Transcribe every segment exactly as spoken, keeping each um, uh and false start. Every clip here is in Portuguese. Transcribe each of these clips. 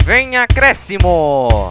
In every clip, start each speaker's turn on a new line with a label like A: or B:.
A: vem acréscimo!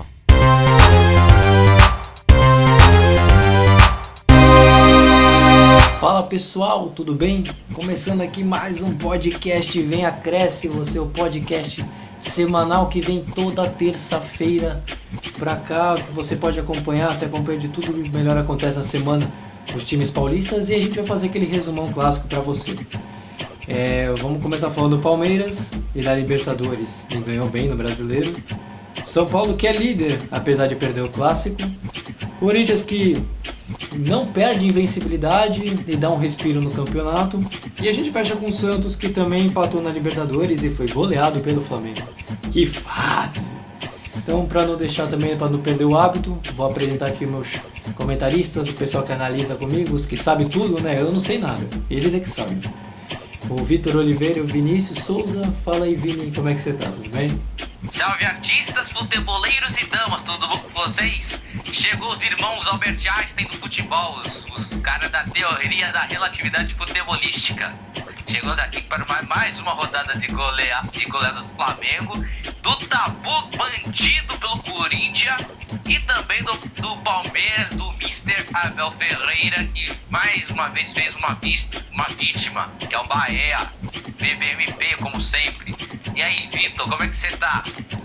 B: Fala pessoal, tudo bem? Começando aqui mais um podcast Vem Acréscimo, seu podcast semanal que vem toda terça-feira pra cá. Você pode acompanhar, você acompanha de tudo que melhor acontece na semana dos times paulistas e a gente vai fazer aquele resumão clássico pra você. É, vamos começar falando do Palmeiras e da Libertadores, que ganhou bem no Brasileiro. São Paulo que é líder, apesar de perder o Clássico. Corinthians que não perde invencibilidade e dá um respiro no campeonato. E a gente fecha com o Santos, que também empatou na Libertadores e foi goleado pelo Flamengo. Que fase! Então, para não deixar também, para não perder o hábito, vou apresentar aqui meus comentaristas, o pessoal que analisa comigo, os que sabem tudo, né? Eu não sei nada, eles é que sabem. O Vitor Oliveira e o Vinícius Souza. Fala aí, Vini, como é que você tá? Tudo bem?
C: Salve artistas, futeboleiros e damas, tudo bom com vocês? Chegou os irmãos Albert Einstein do futebol, os, os caras da teoria da relatividade futebolística. Chegando aqui para mais, mais uma rodada de, golea, de goleada do Flamengo, do tabu bandido pelo Corinthians e também do, do Palmeiras, do mister Abel Ferreira, que mais uma vez fez uma, uma vítima, que é o Bahia, B B M P, como sempre. E aí, Vitor, como é que você tá?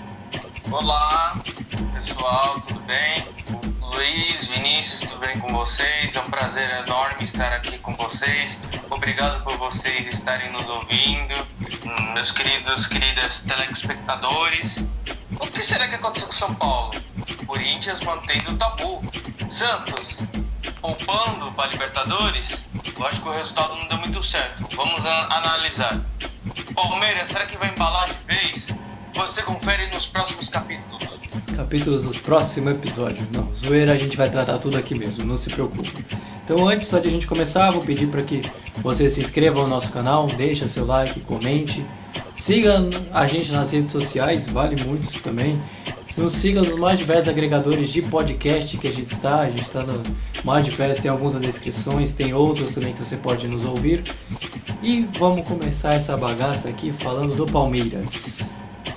D: Olá, pessoal, tudo bem? Luiz, Vinícius, tudo bem com vocês? É um prazer enorme estar aqui com vocês. Obrigado por vocês estarem nos ouvindo, meus queridos, queridas telespectadores. O que será que aconteceu com São Paulo? Corinthians mantendo o tabu. Santos poupando para Libertadores? Eu acho que o resultado não deu muito certo. Vamos a- analisar. Palmeiras, será que vai embalar de vez? Você confere nos próximos capítulos.
B: Capítulos dos próximos episódios. Não, zoeira, a gente vai tratar tudo aqui mesmo, não se preocupe. Então, antes só de a gente começar, vou pedir para que você se inscreva no nosso canal, deixa seu like, comente. Siga a gente nas redes sociais, vale muito isso também. Nos siga nos mais diversos agregadores de podcast que a gente está. A gente está no mais diversos, tem alguns nas descrições, tem outros também que você pode nos ouvir. E vamos começar essa bagaça aqui falando do Palmeiras.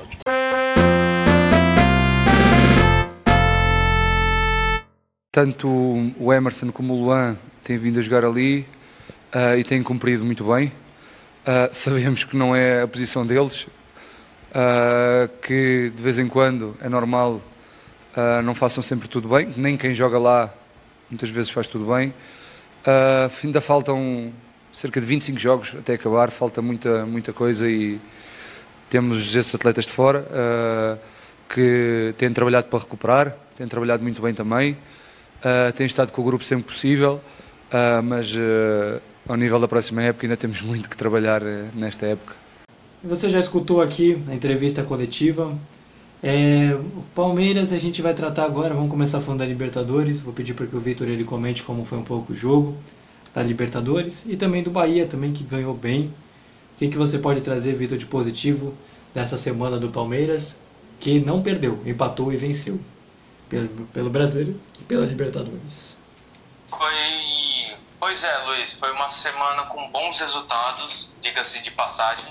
E: Tanto o Emerson como o Luan têm vindo a jogar ali uh, e têm cumprido muito bem. Uh, sabemos que não é a posição deles, uh, que de vez em quando é normal uh, não façam sempre tudo bem, nem quem joga lá muitas vezes faz tudo bem. Uh, ainda faltam cerca de vinte e cinco jogos até acabar, falta muita, muita coisa e temos esses atletas de fora uh, que têm trabalhado para recuperar, têm trabalhado muito bem também. Uh, tem estado com o grupo sempre possível, uh, mas uh, ao nível da próxima época ainda temos muito que trabalhar uh, nesta época.
B: Você já escutou aqui a entrevista coletiva. É, o Palmeiras a gente vai tratar agora, vamos começar falando da Libertadores. Vou pedir para que o Vitor ele comente como foi um pouco o jogo da Libertadores e também do Bahia, também que ganhou bem. O que, que você pode trazer, Vitor, de positivo dessa semana do Palmeiras, que não perdeu, empatou e venceu pelo, pelo Brasileiro e pela Libertadores?
D: Foi... Pois é, Luiz, foi uma semana com bons resultados, diga-se de passagem,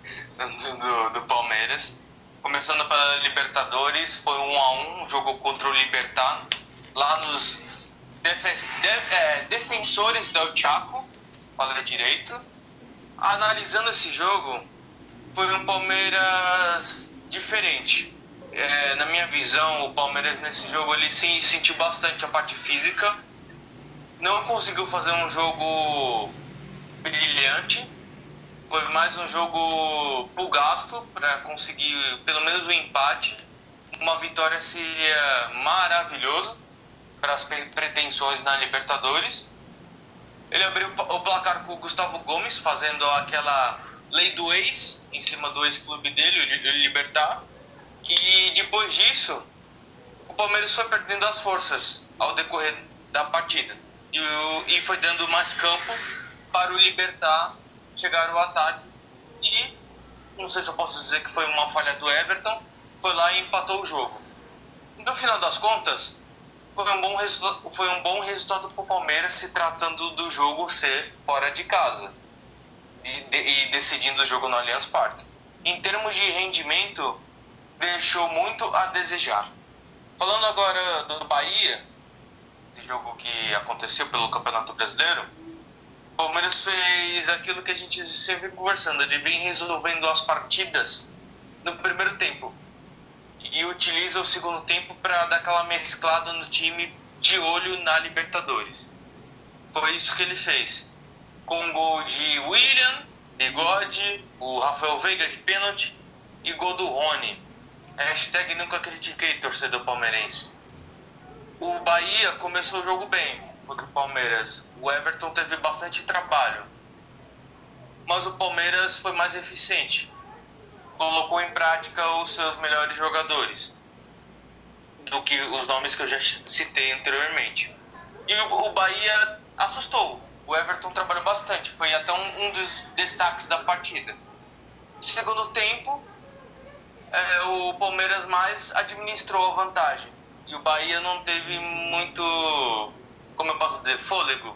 D: do, do Palmeiras. Começando pela Libertadores, foi um a um, um jogo contra o Libertad, lá nos defe- de- é, defensores do Chaco, falei direito. Analisando esse jogo, foi um Palmeiras diferente. É, na minha visão, o Palmeiras nesse jogo ele se sentiu bastante a parte física, não conseguiu fazer um jogo brilhante, foi mais um jogo pro gasto para conseguir pelo menos um empate. Uma vitória seria maravilhoso para as pretensões na Libertadores. Ele abriu o placar com o Gustavo Gomes, fazendo aquela lei do ex em cima do ex-clube dele, o Libertad. E depois disso, o Palmeiras foi perdendo as forças ao decorrer da partida. E, e foi dando mais campo para o Libertad chegar ao ataque. E, não sei se eu posso dizer que foi uma falha do Everton, foi lá e empatou o jogo. No final das contas, foi um bom resultado, foi um bom resultado para o Palmeiras, se tratando do jogo ser fora de casa e, de, e decidindo o jogo no Allianz Parque. Em termos de rendimento, deixou muito a desejar. Falando agora do Bahia, esse jogo que aconteceu pelo Campeonato Brasileiro, o Palmeiras fez aquilo que a gente sempre vem conversando, ele vem resolvendo as partidas no primeiro tempo e utiliza o segundo tempo para dar aquela mesclada no time de olho na Libertadores. Foi isso que ele fez, com um gol de William, Bigode, o Rafael Veiga de pênalti e gol do Rony. Hashtag nunca critiquei, torcedor palmeirense. O Bahia começou o jogo bem contra o Palmeiras. O Everton teve bastante trabalho, mas o Palmeiras foi mais eficiente. Colocou em prática os seus melhores jogadores do que os nomes que eu já citei anteriormente. E o, o Bahia assustou. O Everton trabalhou bastante, foi até um, um dos destaques da partida. Segundo tempo, é, o Palmeiras mais administrou a vantagem. E o Bahia não teve muito, como eu posso dizer, fôlego.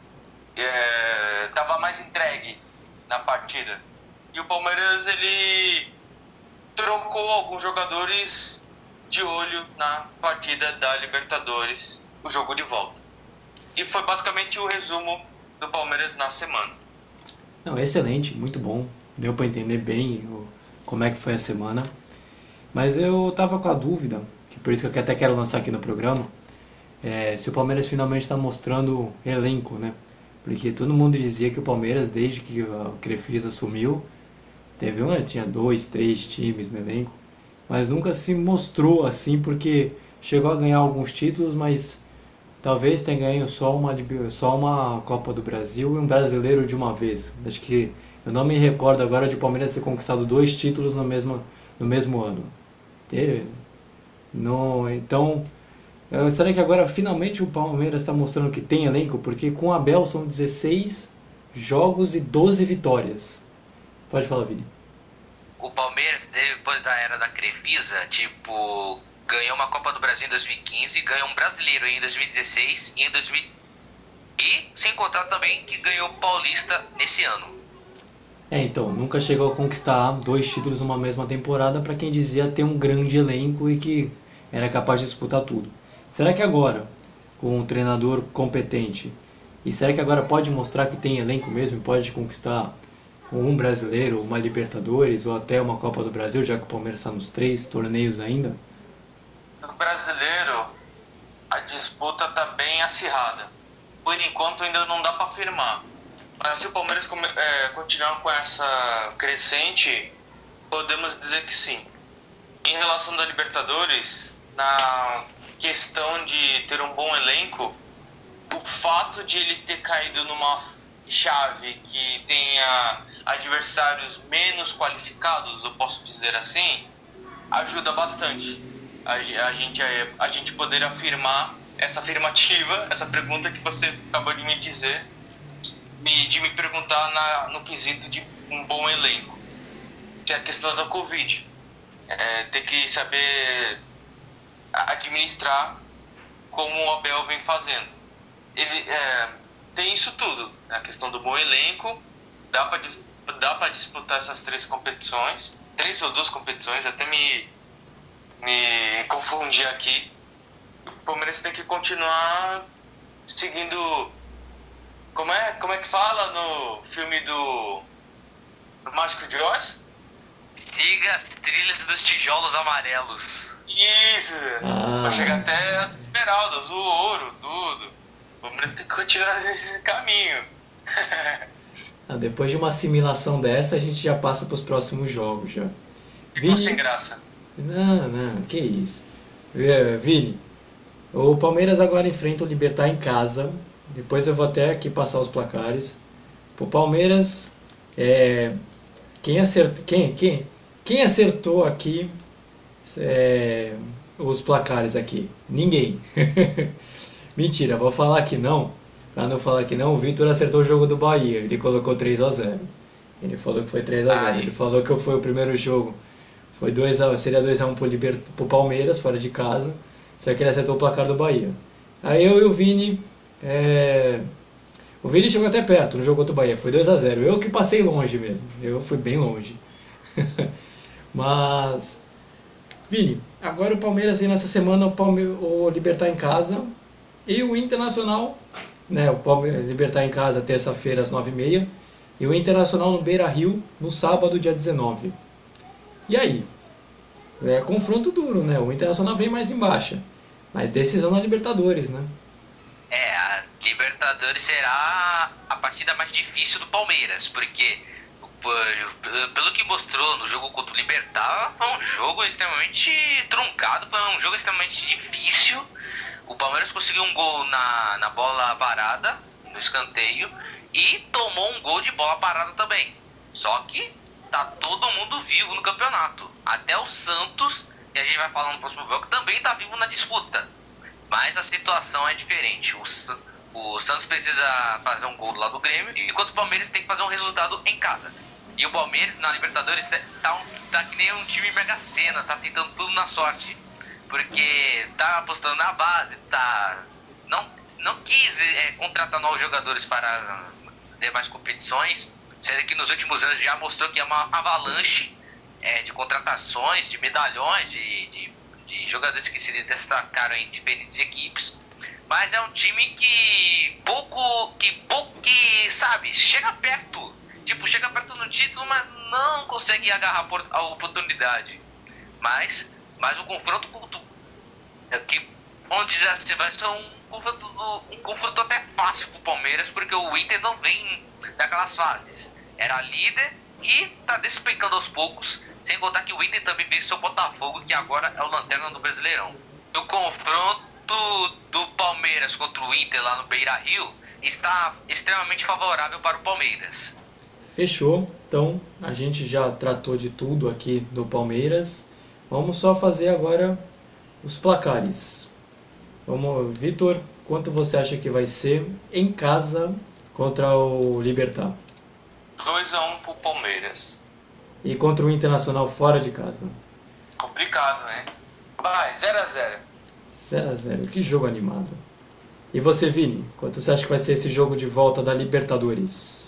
D: Estava é, mais entregue na partida. E o Palmeiras, ele trocou alguns jogadores de olho na partida da Libertadores, o jogo de volta. E foi basicamente o resumo do Palmeiras na semana.
B: Não, excelente, muito bom. Deu para entender bem o, como é que foi a semana. Mas eu tava com a dúvida, que por isso que eu até quero lançar aqui no programa, é, se o Palmeiras finalmente está mostrando elenco, né? Porque todo mundo dizia que o Palmeiras, desde que a Crefisa assumiu, teve um, tinha dois, três times no elenco, mas nunca se mostrou assim, porque chegou a ganhar alguns títulos, mas talvez tenha ganho só uma, só uma Copa do Brasil e um brasileiro de uma vez. Acho que eu não me recordo agora de o Palmeiras ter conquistado dois títulos no mesmo, no mesmo ano. Teve? No, então, será que agora finalmente o Palmeiras está mostrando que tem elenco? Porque com o Abel são dezesseis jogos e doze vitórias. Pode falar, Vini.
C: O Palmeiras, depois da era da Crefisa, tipo, ganhou uma Copa do Brasil em dois mil e quinze, ganhou um brasileiro em dois mil e dezesseis e em dois mil e sem contar também que ganhou o Paulista nesse ano.
B: É, então, nunca chegou a conquistar dois títulos numa mesma temporada para quem dizia ter um grande elenco e que era capaz de disputar tudo. Será que agora, com um treinador competente, e será que agora pode mostrar que tem elenco mesmo e pode conquistar um brasileiro, uma Libertadores ou até uma Copa do Brasil, já que o Palmeiras está nos três torneios ainda?
D: No brasileiro, a disputa está bem acirrada. Por enquanto ainda não dá para afirmar. Mas se o Palmeiras é, continuar com essa crescente, podemos dizer que sim. Em relação da Libertadores, na questão de ter um bom elenco, o fato de ele ter caído numa chave que tenha adversários menos qualificados, eu posso dizer assim, ajuda bastante a, a, gente, a, a gente poder afirmar essa afirmativa, essa pergunta que você acabou de me dizer, de me perguntar na, no quesito de um bom elenco, que é a questão da Covid. É, ter que saber administrar como o Abel vem fazendo. Ele é, tem isso tudo, a questão do bom elenco, dá para dá para disputar essas três competições, três ou duas competições, até me, me confundi aqui. O Palmeiras tem que continuar seguindo. Como é, como é que fala no filme do, do Mágico de Oz?
C: Siga as trilhas dos tijolos amarelos.
D: Isso!
B: Ah.
D: Pra chegar até as esmeraldas, o ouro, tudo. O Palmeiras tem que continuar nesse caminho.
B: Ah, depois de uma assimilação dessa, a gente já passa para os próximos jogos já.
D: Ficou sem graça.
B: Não, não, que isso. Vini, o Palmeiras agora enfrenta o Libertad em casa. Depois eu vou até aqui passar os placares. O Palmeiras, é, quem, acertou, quem, quem, quem acertou aqui é, os placares aqui? Ninguém. Mentira, vou falar que não. Pra não falar que não, o Vitor acertou o jogo do Bahia. Ele colocou três a zero. Ele falou que foi três a zero.
D: Ah,
B: ele falou que foi o primeiro jogo. Foi dois a um, seria dois a um pro, Liber, pro Palmeiras, fora de casa. Só que ele acertou o placar do Bahia. Aí eu e o Vini... É... O Vini chegou até perto no jogo contra o Bahia. Foi dois a zero. Eu que passei longe mesmo. Eu fui bem longe. Mas... Vini, agora o Palmeiras aí nessa semana, o, Palme... o Libertad em casa e o Internacional, né, o Palmeiras Libertad em casa terça-feira às nove e meia e o Internacional no Beira-Rio no sábado, dia dezenove. E aí? É confronto duro, né? O Internacional vem mais em baixa, mas decisão na Libertadores, né?
C: É, a Libertadores será a partida mais difícil do Palmeiras, porque pelo que mostrou no jogo contra o Libertad, foi um jogo extremamente truncado, foi um jogo extremamente difícil. O Palmeiras conseguiu um gol na, na bola parada, no escanteio, e tomou um gol de bola parada também. Só que tá todo mundo vivo no campeonato. Até o Santos, que a gente vai falar no próximo bloco, também tá vivo na disputa. Mas a situação é diferente. O, o Santos precisa fazer um gol do lado do Grêmio, enquanto o Palmeiras tem que fazer um resultado em casa. E o Palmeiras na Libertadores tá, um, tá que nem um time Mega Sena, tá tentando tudo na sorte. Porque tá apostando na base, tá, não, não quis é, contratar novos jogadores para demais competições, sendo que nos últimos anos já mostrou que é uma avalanche é, de contratações, de medalhões, de, de, de jogadores que se destacaram em diferentes equipes. Mas é um time que pouco, que pouco, que, sabe, chega perto. Tipo, chega perto no título, mas não consegue agarrar a oportunidade. Mas, mas o confronto que, vamos dizer assim, vai ser um confronto, um confronto até fácil pro Palmeiras, porque o Inter não vem daquelas fases. Era líder e tá despencando aos poucos, sem contar que o Inter também venceu o Botafogo, que agora é o lanterna do Brasileirão. O confronto do Palmeiras contra o Inter lá no Beira-Rio está extremamente favorável para o Palmeiras.
B: Fechou, então a gente já tratou de tudo aqui do Palmeiras. Vamos só fazer agora os placares. Vamos, Vitor, quanto você acha que vai ser em casa contra o Libertad?
D: dois a um pro Palmeiras.
B: E contra o Internacional fora de casa?
D: Complicado, né? Vai, zero a zero.
B: zero a zero, que jogo animado. E você, Vini, quanto você acha que vai ser esse jogo de volta da Libertadores?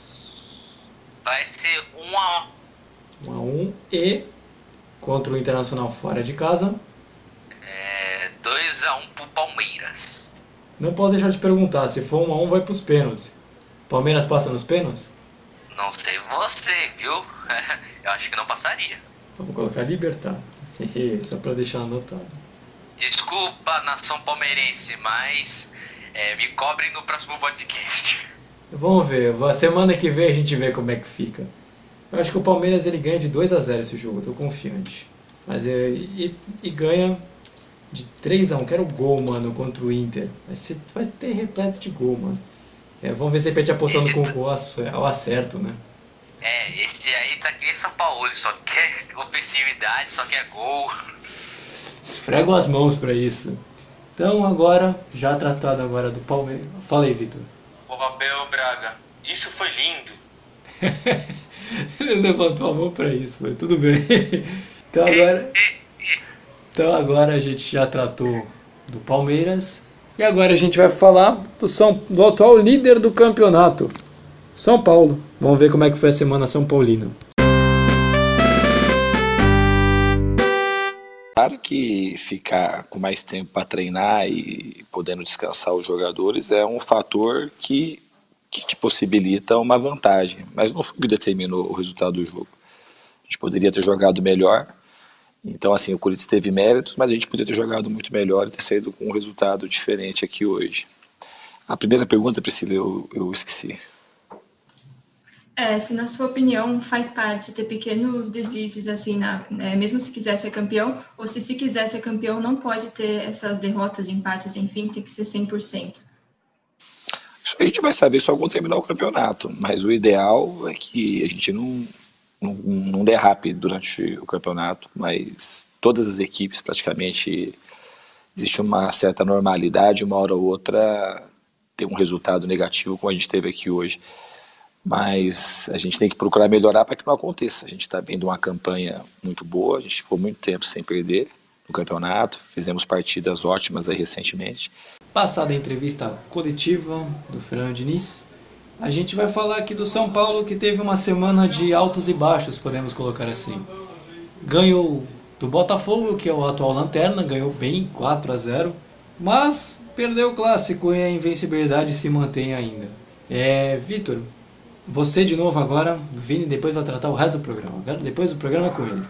C: Vai ser um a um.
B: um a um. E contra o Internacional fora de casa?
C: É dois a um pro Palmeiras.
B: Não posso deixar de perguntar, se for um a um vai pros pênaltis. Palmeiras passa nos pênaltis?
C: Não sei você, viu? Eu acho que não passaria.
B: Eu vou colocar Libertad. Só pra deixar anotado.
C: Desculpa, nação palmeirense, mas é, me cobrem no próximo podcast.
B: Vamos ver, a semana que vem a gente vê como é que fica. Eu acho que o Palmeiras ele ganha de dois a zero esse jogo, eu tô confiante. Mas é, e, e ganha de três a um, quero gol, mano, contra o Inter. Vai, ser, vai ter repleto de gol, mano. É, vamos ver se a gente apostando com o gol ao acerto, né?
C: É, esse aí tá aqui em São Paulo, só quer ofensividade, só quer gol.
B: Esfregam as mãos pra isso. Então agora, já tratado agora do Palmeiras. Fala aí, Vitor.
D: O Abel Braga, isso foi lindo.
B: Ele levantou a mão pra isso, mas tudo bem. Então agora, então agora a gente já tratou do Palmeiras. E agora a gente vai falar do, São, do atual líder do campeonato, São Paulo. Vamos ver como é que foi a semana São Paulina.
F: Claro que ficar com mais tempo para treinar e podendo descansar os jogadores é um fator que, que te possibilita uma vantagem, mas não foi o que determinou o resultado do jogo. A gente poderia ter jogado melhor, então assim, o Corinthians teve méritos, mas a gente poderia ter jogado muito melhor e ter saído com um resultado diferente aqui hoje. A primeira pergunta, Priscila, eu, eu esqueci.
G: É, se na sua opinião faz parte ter pequenos deslizes assim, na, né, mesmo se quiser ser campeão, ou se se quiser ser campeão não pode ter essas derrotas, empates, enfim, tem que ser cem por cento.
F: Isso a gente vai saber só quando terminar o campeonato, mas o ideal é que a gente não, não, não derrape durante o campeonato, mas todas as equipes praticamente existe uma certa normalidade, uma hora ou outra ter um resultado negativo como a gente teve aqui hoje. Mas a gente tem que procurar melhorar para que não aconteça. A gente está vendo uma campanha muito boa, a gente ficou muito tempo sem perder no campeonato, fizemos partidas ótimas aí recentemente.
B: Passada a entrevista coletiva do Fernando Diniz, a gente vai falar aqui do São Paulo, que teve uma semana de altos e baixos, podemos colocar assim. Ganhou do Botafogo, que é o atual lanterna, ganhou bem quatro a zero, mas perdeu o clássico e a invencibilidade se mantém ainda. É, Vitor, você de novo agora, o Vini depois vai tratar o resto do programa, depois do programa é com ele.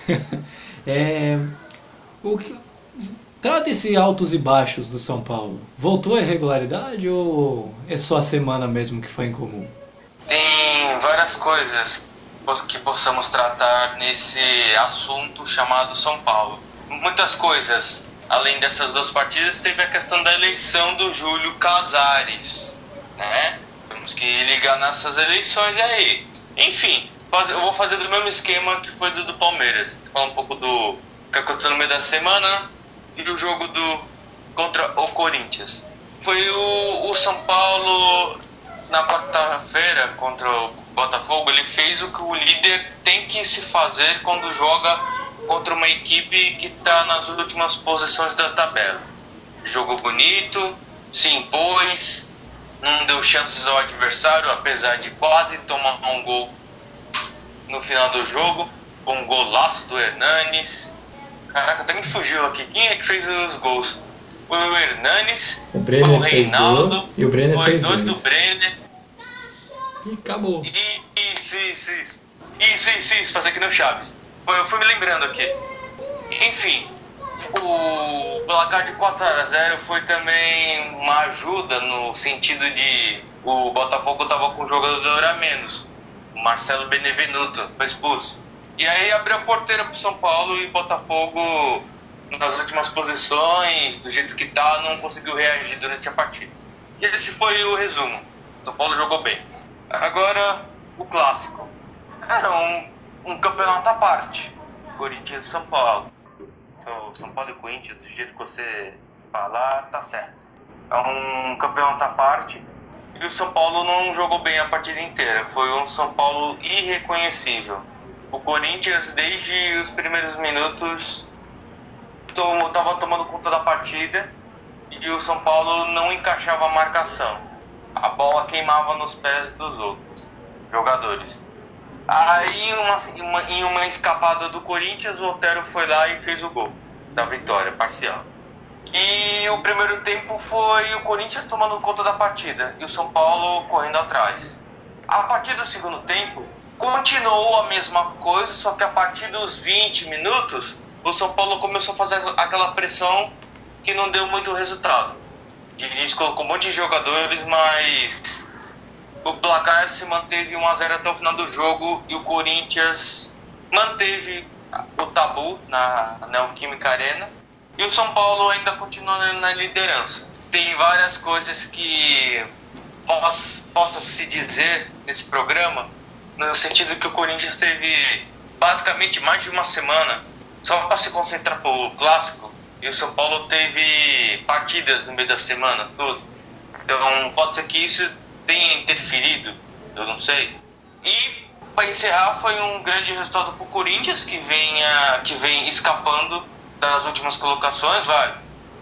B: é, o que, trata esse altos e baixos do São Paulo. Voltou a irregularidade ou é só a semana mesmo que foi incomum?
D: Tem várias coisas que possamos tratar nesse assunto chamado São Paulo. Muitas coisas. Além dessas duas partidas, teve a questão da eleição do Júlio Casares, né? Temos que ligar nessas eleições aí. Enfim, eu vou fazer do mesmo esquema que foi do, do Palmeiras. Falar um pouco do que aconteceu no meio da semana e o jogo do contra o Corinthians. Foi o, o São Paulo na quarta-feira contra o Botafogo. Ele fez o que o líder tem que se fazer quando joga contra uma equipe que está nas últimas posições da tabela. Jogou bonito, se impôs, não deu chances ao adversário, apesar de quase tomar um gol no final do jogo, um golaço do Hernanes. Caraca, até me fugiu aqui. Quem é que fez os gols? Foi o Hernanes,
B: o Brenner
D: foi o Reinaldo,
B: fez e o Brenner
D: foi
B: fez
D: dois
B: dois
D: do Brenner.
B: E acabou.
D: E, isso, isso, isso. Isso, isso, isso. Fazer que nem o Chaves. Eu fui me lembrando aqui. Enfim, o placar de quatro a zero foi também uma ajuda no sentido de o Botafogo estava com um jogador a menos. O Marcelo Benevenuto foi expulso. E aí abriu a porteira para o São Paulo e o Botafogo, nas últimas posições, do jeito que tá, não conseguiu reagir durante a partida. E esse foi o resumo. O São Paulo jogou bem. Agora, o clássico. Era um, um campeonato à parte. Corinthians e São Paulo. Então, São Paulo e Corinthians, do jeito que você falar, tá certo. É um campeonato à parte. E o São Paulo não jogou bem a partida inteira. Foi um São Paulo irreconhecível. O Corinthians, desde os primeiros minutos, estava tomando conta da partida. E o São Paulo não encaixava a marcação. A bola queimava nos pés dos outros jogadores. Aí, em uma, uma, em uma escapada do Corinthians, o Otero foi lá e fez o gol da vitória parcial. E o primeiro tempo foi o Corinthians tomando conta da partida e o São Paulo correndo atrás. A partir do segundo tempo, continuou a mesma coisa, só que a partir dos vinte minutos, o São Paulo começou a fazer aquela pressão que não deu muito resultado. O Diniz colocou um monte de jogadores, mas o placar se manteve um a zero até o final do jogo e o Corinthians manteve o tabu na Neoquímica Arena e o São Paulo ainda continua na liderança. Tem várias coisas que possa, possa se dizer nesse programa, no sentido que o Corinthians teve basicamente mais de uma semana só para se concentrar para o clássico e o São Paulo teve partidas no meio da semana, tudo. Então pode ser que isso tenha interferido, eu não sei. E para encerrar, foi um grande resultado para o Corinthians, que, venha, que vem escapando das últimas colocações, vai,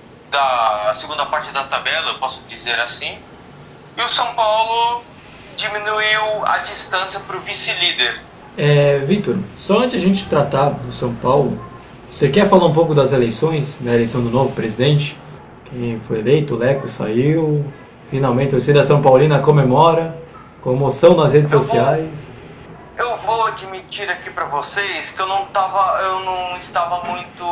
D: da segunda parte da tabela, eu posso dizer assim. E o São Paulo diminuiu a distância para o vice-líder.
B: É, Vitor, só antes de a gente tratar do São Paulo, você quer falar um pouco das eleições, da eleição do novo presidente? Quem foi eleito, o Leco saiu, finalmente a torcida São Paulina comemora, comoção nas redes eu sociais.
D: Vou, eu vou admitir aqui para vocês que eu não, tava, eu não estava muito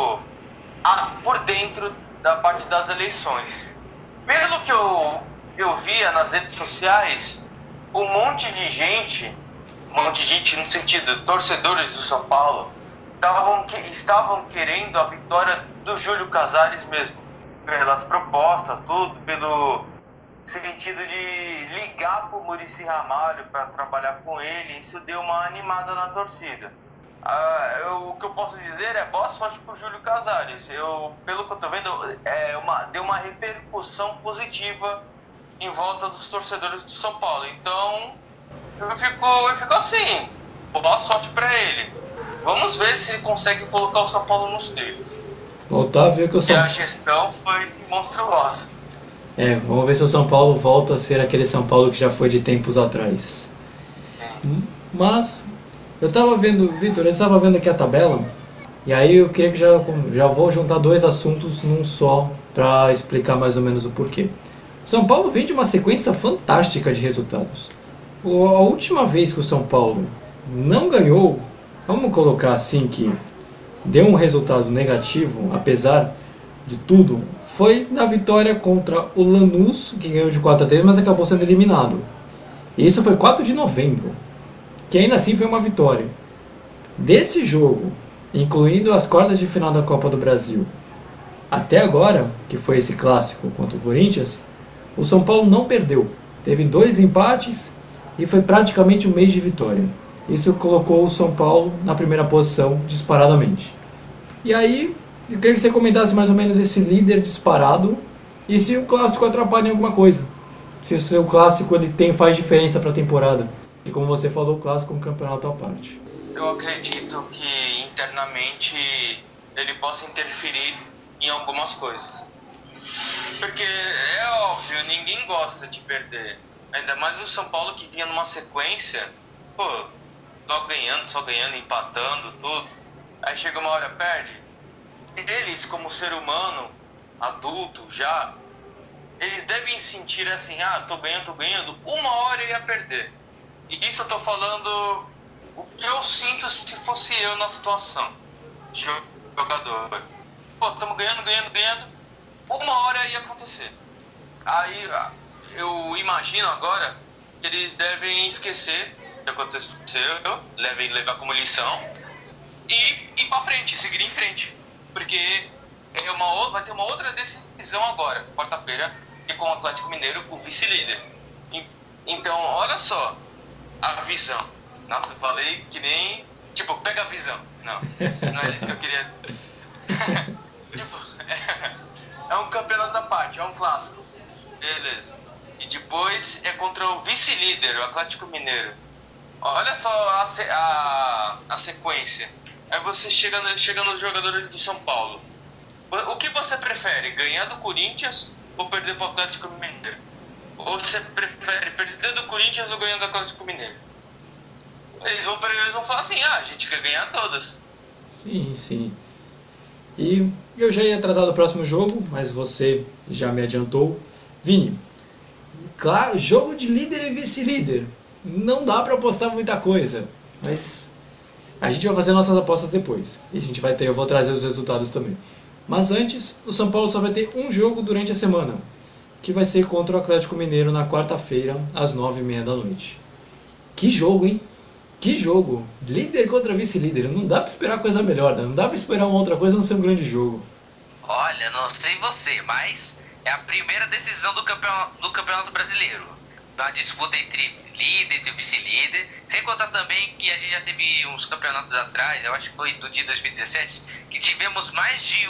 D: a, por dentro da parte das eleições. Pelo que eu, eu via nas redes sociais, um monte de gente, um monte de gente no sentido, torcedores do São Paulo, tavam, que, estavam querendo a vitória do Júlio Casares mesmo. Pelas propostas, tudo, pelo sentido de ligar para o Muricy Ramalho para trabalhar com ele, isso deu uma animada na torcida. Ah, eu, o que eu posso dizer é boa sorte para o Júlio Casares. Eu, pelo que eu estou vendo, é uma, deu uma repercussão positiva em volta dos torcedores do São Paulo. Então, eu fico, eu fico assim, boa sorte para ele. Vamos ver se ele consegue colocar o São Paulo nos trilhos.
B: Voltar a ver que o São...
D: E a gestão foi monstruosa.
B: É, vamos ver se o São Paulo volta a ser aquele São Paulo que já foi de tempos atrás.
D: É.
B: Mas, eu tava vendo, Vitor, eu estava vendo aqui a tabela E aí eu queria que já, já vou juntar dois assuntos num só para explicar mais ou menos o porquê. O São Paulo vem de uma sequência fantástica de resultados. O, a última vez que o São Paulo não ganhou, vamos colocar assim que deu um resultado negativo, apesar de tudo, foi na vitória contra o Lanús, que ganhou de quatro a três, mas acabou sendo eliminado. E isso foi quatro de novembro, que ainda assim foi uma vitória. Desse jogo, incluindo as quartas de final da Copa do Brasil, até agora, que foi esse clássico contra o Corinthians, o São Paulo não perdeu. Teve dois empates e foi praticamente um mês de vitória. Isso colocou o São Paulo na primeira posição disparadamente. E aí, eu queria que você comentasse mais ou menos esse líder disparado e se o clássico atrapalha em alguma coisa. Se o seu clássico ele tem, faz diferença para a temporada. E como você falou, o clássico é um campeonato à parte.
D: Eu acredito que internamente ele possa interferir em algumas coisas. Porque é óbvio, ninguém gosta de perder. Ainda mais o São Paulo que vinha numa sequência, pô, só ganhando, só ganhando, empatando, tudo. Aí chega uma hora, perde. Eles, como ser humano, adulto já, eles devem sentir assim, ah, tô ganhando, tô ganhando, uma hora eu ia perder. E isso eu tô falando o que eu sinto se fosse eu na situação de jogador. Pô, tamo ganhando, ganhando, ganhando, uma hora ia acontecer. Aí eu imagino agora que eles devem esquecer o que aconteceu, devem levar como lição e ir pra frente, seguir em frente. Porque é uma, vai ter uma outra decisão agora, quarta-feira, que é com o Atlético Mineiro, o vice-líder. Então, olha só a visão. Nossa, eu falei que nem... Tipo, pega a visão. Não, não é isso que eu queria... tipo, é, é um campeonato à parte, é um clássico. Beleza. E depois é contra o vice-líder, o Atlético Mineiro. Olha só a, a, a sequência. Aí você chega, chega nos jogadores do São Paulo. O que você prefere? Ganhar do Corinthians ou perder para o Atlético Mineiro? Ou você prefere perder do Corinthians ou ganhar do Atlético Mineiro? Eles vão, eles vão falar assim, ah, a gente quer ganhar todas.
B: Sim, sim. E eu já ia tratar do próximo jogo, mas você já me adiantou. Vini, claro, jogo de líder e vice-líder. Não dá para apostar muita coisa, mas... a gente vai fazer nossas apostas depois. E a gente vai ter, eu vou trazer os resultados também. Mas antes, o São Paulo só vai ter um jogo durante a semana, que vai ser contra o Atlético Mineiro na quarta-feira, às nove e meia da noite. Que jogo, hein? Que jogo! Líder contra vice-líder. Não dá pra esperar coisa melhor, né? Não dá pra esperar uma outra coisa a não ser um grande jogo.
C: Olha, não sei você, mas é a primeira decisão do campeonato, do campeonato brasileiro. Na disputa entre líder e vice-líder, sem contar também que a gente já teve uns campeonatos atrás, eu acho que foi no dia dois mil e dezessete, que tivemos mais de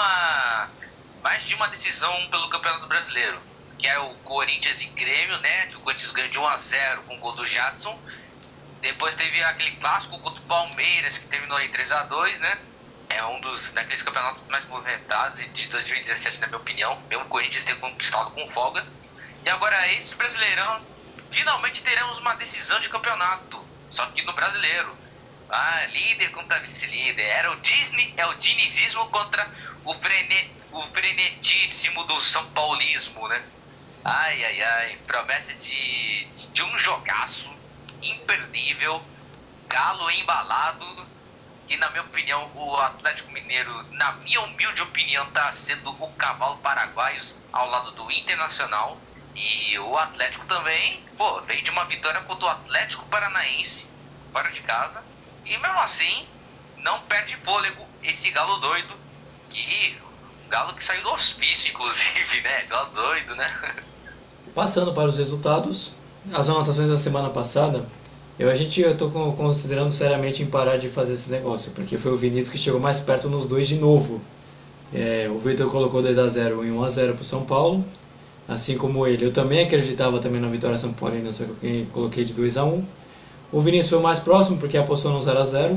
C: uma mais de uma decisão pelo Campeonato Brasileiro, que é o Corinthians e Grêmio, né, que o Corinthians ganhou de um a zero com o gol do Jadson. Depois teve aquele clássico contra o Palmeiras, que terminou em três a dois, né, é um dos daqueles campeonatos mais movimentados de dois mil e dezessete, na minha opinião, mesmo o Corinthians ter conquistado com folga. E agora esse Brasileirão, finalmente teremos uma decisão de campeonato, só que no brasileiro. Ah, líder contra vice-líder. Era o Disney, é o dinizismo contra o, frene, o frenetíssimo do São Paulismo, né? Ai, ai, ai. Promessa de, de um jogaço imperdível, galo embalado, que na minha opinião o Atlético Mineiro, na minha humilde opinião, está sendo o cavalo paraguaio ao lado do Internacional. E o Atlético também, pô, veio de uma vitória contra o Atlético Paranaense, fora de casa. E mesmo assim, não perde fôlego esse galo doido. Que um galo que saiu do hospício, inclusive, né? Galo doido, né?
B: Passando para os resultados, as anotações da semana passada, eu, a gente, eu tô considerando seriamente em parar de fazer esse negócio, porque foi o Vinícius que chegou mais perto nos dois de novo. É, o Vitor colocou dois a zero e um a zero para o São Paulo. Assim como ele, eu também acreditava também na vitória São Paulina, só que eu coloquei de dois a um. O Vinícius foi o mais próximo, porque apostou no zero a zero.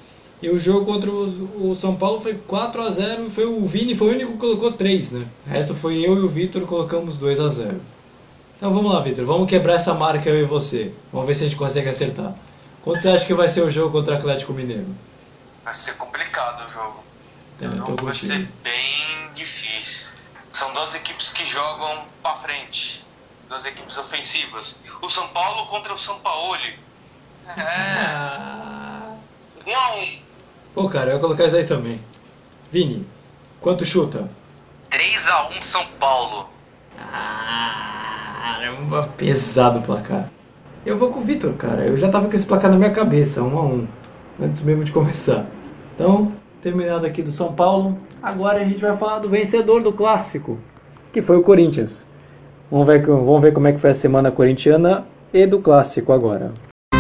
B: E o jogo contra o São Paulo foi quatro a zero, e foi o Vini foi o único que colocou três, né? O resto foi eu e o Vitor, colocamos dois a zero. Então vamos lá, Vitor, vamos quebrar essa marca eu e você. Vamos ver se a gente consegue acertar. Quanto você acha que vai ser o jogo contra o Atlético Mineiro?
D: Vai ser complicado o jogo.
B: É,
D: o
B: tô
D: jogo vai
B: contigo.
D: ser bem difícil. São duas equipes que jogam pra frente. Duas equipes ofensivas. O São Paulo contra o São Paulo. É.
B: Ah.
D: Um a um.
B: Pô, cara, eu ia colocar isso aí também. Vini, quanto chuta?
C: três a um São Paulo.
B: Caramba, pesado o placar. Eu vou com o Vitor, cara. Eu já tava com esse placar na minha cabeça, um a um, antes mesmo de começar. Então, terminado aqui do São Paulo, agora a gente vai falar do vencedor do clássico, que foi o Corinthians. Vamos ver, vamos ver como é que foi a semana corintiana e do clássico agora.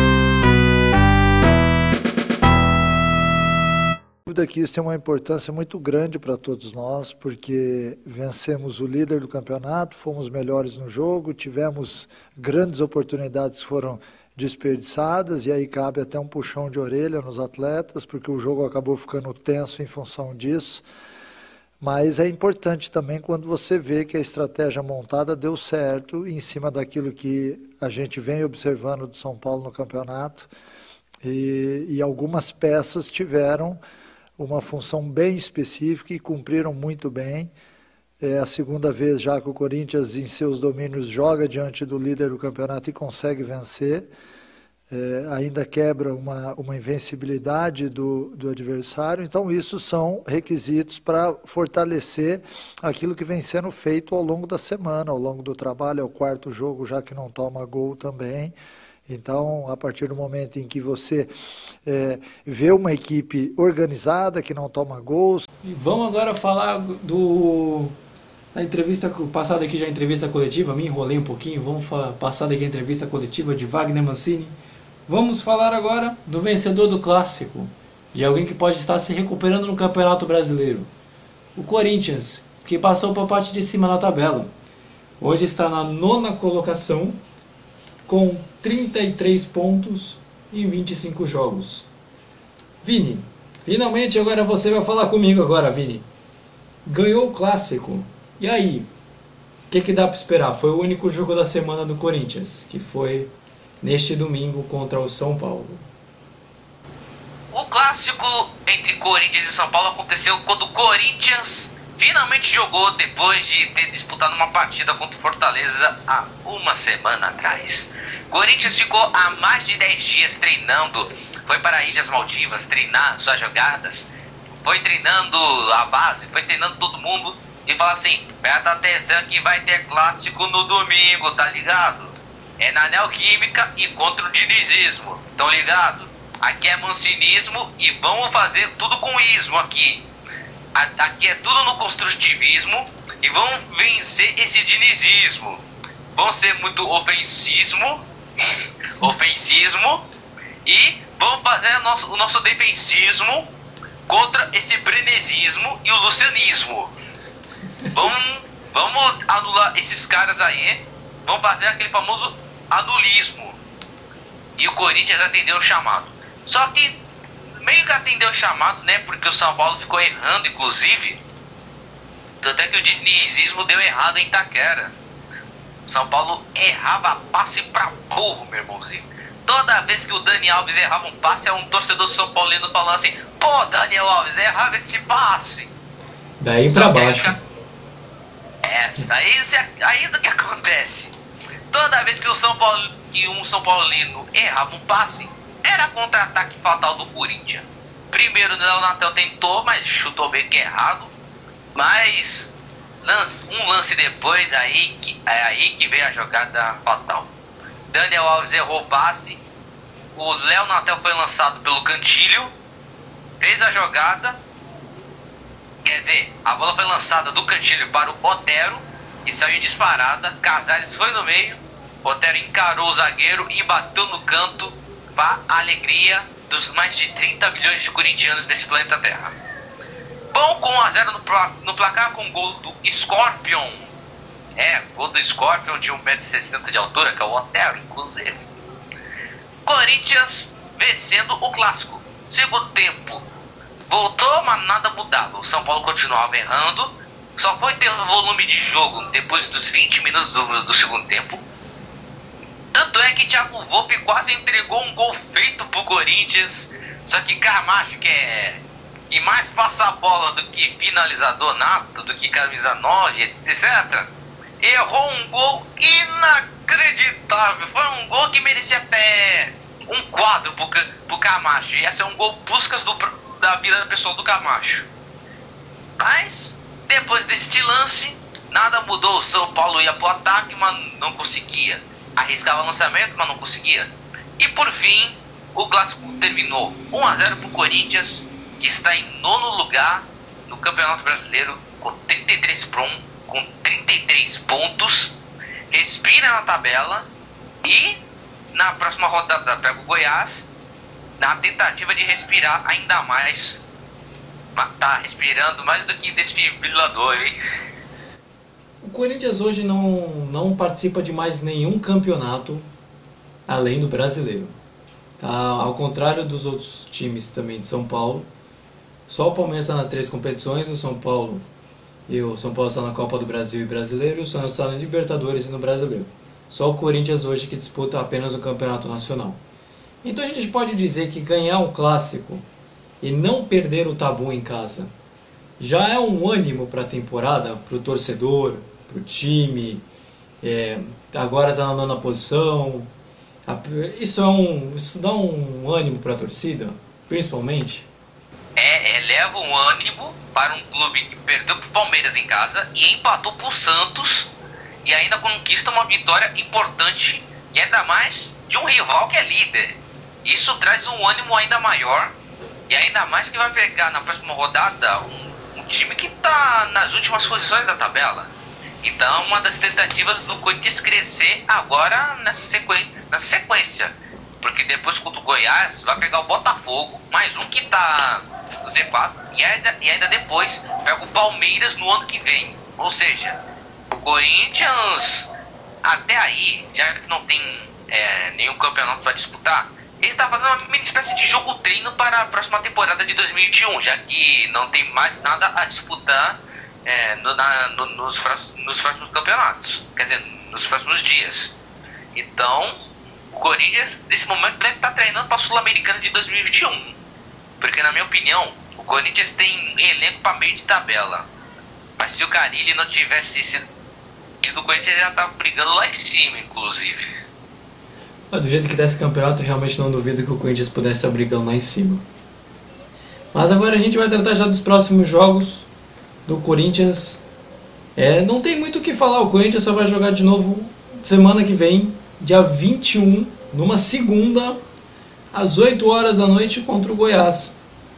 H: Que isso tem uma importância muito grande para todos nós, porque vencemos o líder do campeonato, fomos melhores no jogo, tivemos grandes oportunidades que foram desperdiçadas, e aí cabe até um puxão de orelha nos atletas, porque o jogo acabou ficando tenso em função disso. Mas é importante também quando você vê que a estratégia montada deu certo em cima daquilo que a gente vem observando do São Paulo no campeonato, e, e algumas peças tiveram uma função bem específica e cumpriram muito bem. É a segunda vez já que o Corinthians, em seus domínios, joga diante do líder do campeonato e consegue vencer. É, ainda quebra uma, uma invencibilidade do, do adversário. Então, isso são requisitos para fortalecer aquilo que vem sendo feito ao longo da semana, ao longo do trabalho. É o quarto jogo já que não toma gol também. Então, a partir do momento em que você é, vê uma equipe organizada, que não toma gols...
B: E vamos agora falar do... da entrevista passada aqui, já a entrevista coletiva, me enrolei um pouquinho, vamos passar daqui a entrevista coletiva de Wagner Mancini. Vamos falar agora do vencedor do clássico, de alguém que pode estar se recuperando no Campeonato Brasileiro. O Corinthians, que passou para a parte de cima na tabela. Hoje está na nona colocação, com trinta e três pontos em vinte e cinco jogos. Vini, finalmente agora você vai falar comigo agora, Vini. Ganhou o clássico. E aí? O que, que dá para esperar? Foi o único jogo da semana do Corinthians, que foi neste domingo contra o São Paulo.
C: O clássico entre Corinthians e São Paulo aconteceu quando o Corinthians finalmente jogou depois de ter disputado uma partida contra o Fortaleza há uma semana atrás. Corinthians ficou há mais de dez dias treinando, foi para Ilhas Maldivas treinar suas jogadas, foi treinando a base, foi treinando todo mundo e falou assim: presta atenção que vai ter clássico no domingo, tá ligado? É na Neoquímica e contra o dinizismo, tão ligado? Aqui é mancinismo e vamos fazer tudo com ismo aqui. Aqui é tudo no construtivismo e vamos vencer esse dinizismo. Vamos ser muito ofensismo, ofensismo e vamos fazer o nosso, o nosso defensismo contra esse brenesismo e o lucianismo. Vamos, vamos anular esses caras aí, vamos fazer aquele famoso anulismo. E o Corinthians atendeu o chamado. Só que meio que atendeu o chamado, né? Porque o São Paulo ficou errando, inclusive. Tanto é que o dinizismo deu errado em Itaquera. O São Paulo errava passe pra burro, meu irmãozinho. Toda vez que o Dani Alves errava um passe, é um torcedor são paulino falando assim: pô, Daniel Alves, errava esse passe.
B: Daí
C: Só
B: pra baixo.
C: É, aí, aí do que acontece? Toda vez que o São Paulo, que um São Paulino errava um passe, era contra-ataque fatal do Corinthians. Primeiro o Leonatel tentou, mas chutou bem que errado. Mas lance, um lance depois, aí que, é aí que veio a jogada fatal. Daniel Alves errou o passe. O Leonatel foi lançado pelo Cantilho, fez a jogada. Quer dizer, a bola foi lançada do Cantilho para o Otero e saiu em disparada. Casares foi no meio. Otero encarou o zagueiro e bateu no canto, para a alegria dos mais de trinta milhões de corintianos desse planeta Terra. Bom, com um a zero no, pla- no placar, com o gol do Scorpion. É, gol do Scorpion de um metro e sessenta de altura, que é o Otero, inclusive. Corinthians vencendo o clássico. Segundo tempo, voltou, mas nada mudava. O São Paulo continuava errando. Só foi ter um volume de jogo depois dos vinte minutos do, do segundo tempo. Tanto é que Thiago Volpe quase entregou um gol feito pro Corinthians Só que Camacho, que é que mais passa a bola do que finalizador nato, do que camisa nove, etcétera, errou um gol inacreditável. Foi um gol que merecia até um quadro pro, pro Camacho. E esse é um gol buscas do, da vida pessoal do Camacho. Mas, depois deste lance, nada mudou. O São Paulo ia pro ataque, mas não conseguia. Arriscava lançamento, mas não conseguia. E por fim, o clássico terminou um a zero pro Corinthians, que está em nono lugar no Campeonato Brasileiro com trinta e três, com trinta e três pontos. Respira na tabela e na próxima rodada pega o Goiás na tentativa de respirar ainda mais. Tá respirando mais do que desfibrilador, hein?
B: O Corinthians hoje não, não participa de mais nenhum campeonato além do brasileiro. Tá? Ao contrário dos outros times também de São Paulo, só o Palmeiras está nas três competições, o São Paulo e o São Paulo está na Copa do Brasil e Brasileiro, e o Santos está na Libertadores e no Brasileiro. Só o Corinthians hoje que disputa apenas o Campeonato Nacional. Então a gente pode dizer que ganhar um clássico e não perder o tabu em casa já é um ânimo para a temporada, para o torcedor, para o time. É, agora está na nona posição. Isso, é um, isso dá um ânimo para a torcida, principalmente.
C: É, eleva um ânimo para um clube que perdeu para o Palmeiras em casa e empatou para o Santos e ainda conquista uma vitória importante, e ainda mais de um rival que é líder. Isso traz um ânimo ainda maior, e ainda mais que vai pegar na próxima rodada um, um time que está nas últimas posições da tabela. Então, uma das tentativas do Corinthians crescer agora nessa sequência, nessa sequência. Porque depois contra o Goiás vai pegar o Botafogo, mais um que está no Z quatro, e ainda, e ainda depois pega o Palmeiras no ano que vem. Ou seja, o Corinthians, até aí, já que não tem é, nenhum campeonato para disputar, ele está fazendo uma mini espécie de jogo treino para a próxima temporada de dois mil e vinte e um, já que não tem mais nada a disputar é, no, na, no, nos, nos próximos campeonatos, quer dizer, nos próximos dias. Então, o Corinthians, nesse momento, deve estar treinando para a Sul-Americana de dois mil e vinte e um, porque, na minha opinião, o Corinthians tem elenco para meio de tabela. Mas se o Carille não tivesse sido, o Corinthians já estava brigando lá em cima, inclusive.
B: Do jeito que desse campeonato, realmente não duvido que o Corinthians pudesse estar brigando lá em cima. Mas agora a gente vai tratar já dos próximos jogos do Corinthians. É, não tem muito o que falar, o Corinthians só vai jogar de novo semana que vem, dia vinte e um, numa segunda, às oito horas da noite, contra o Goiás.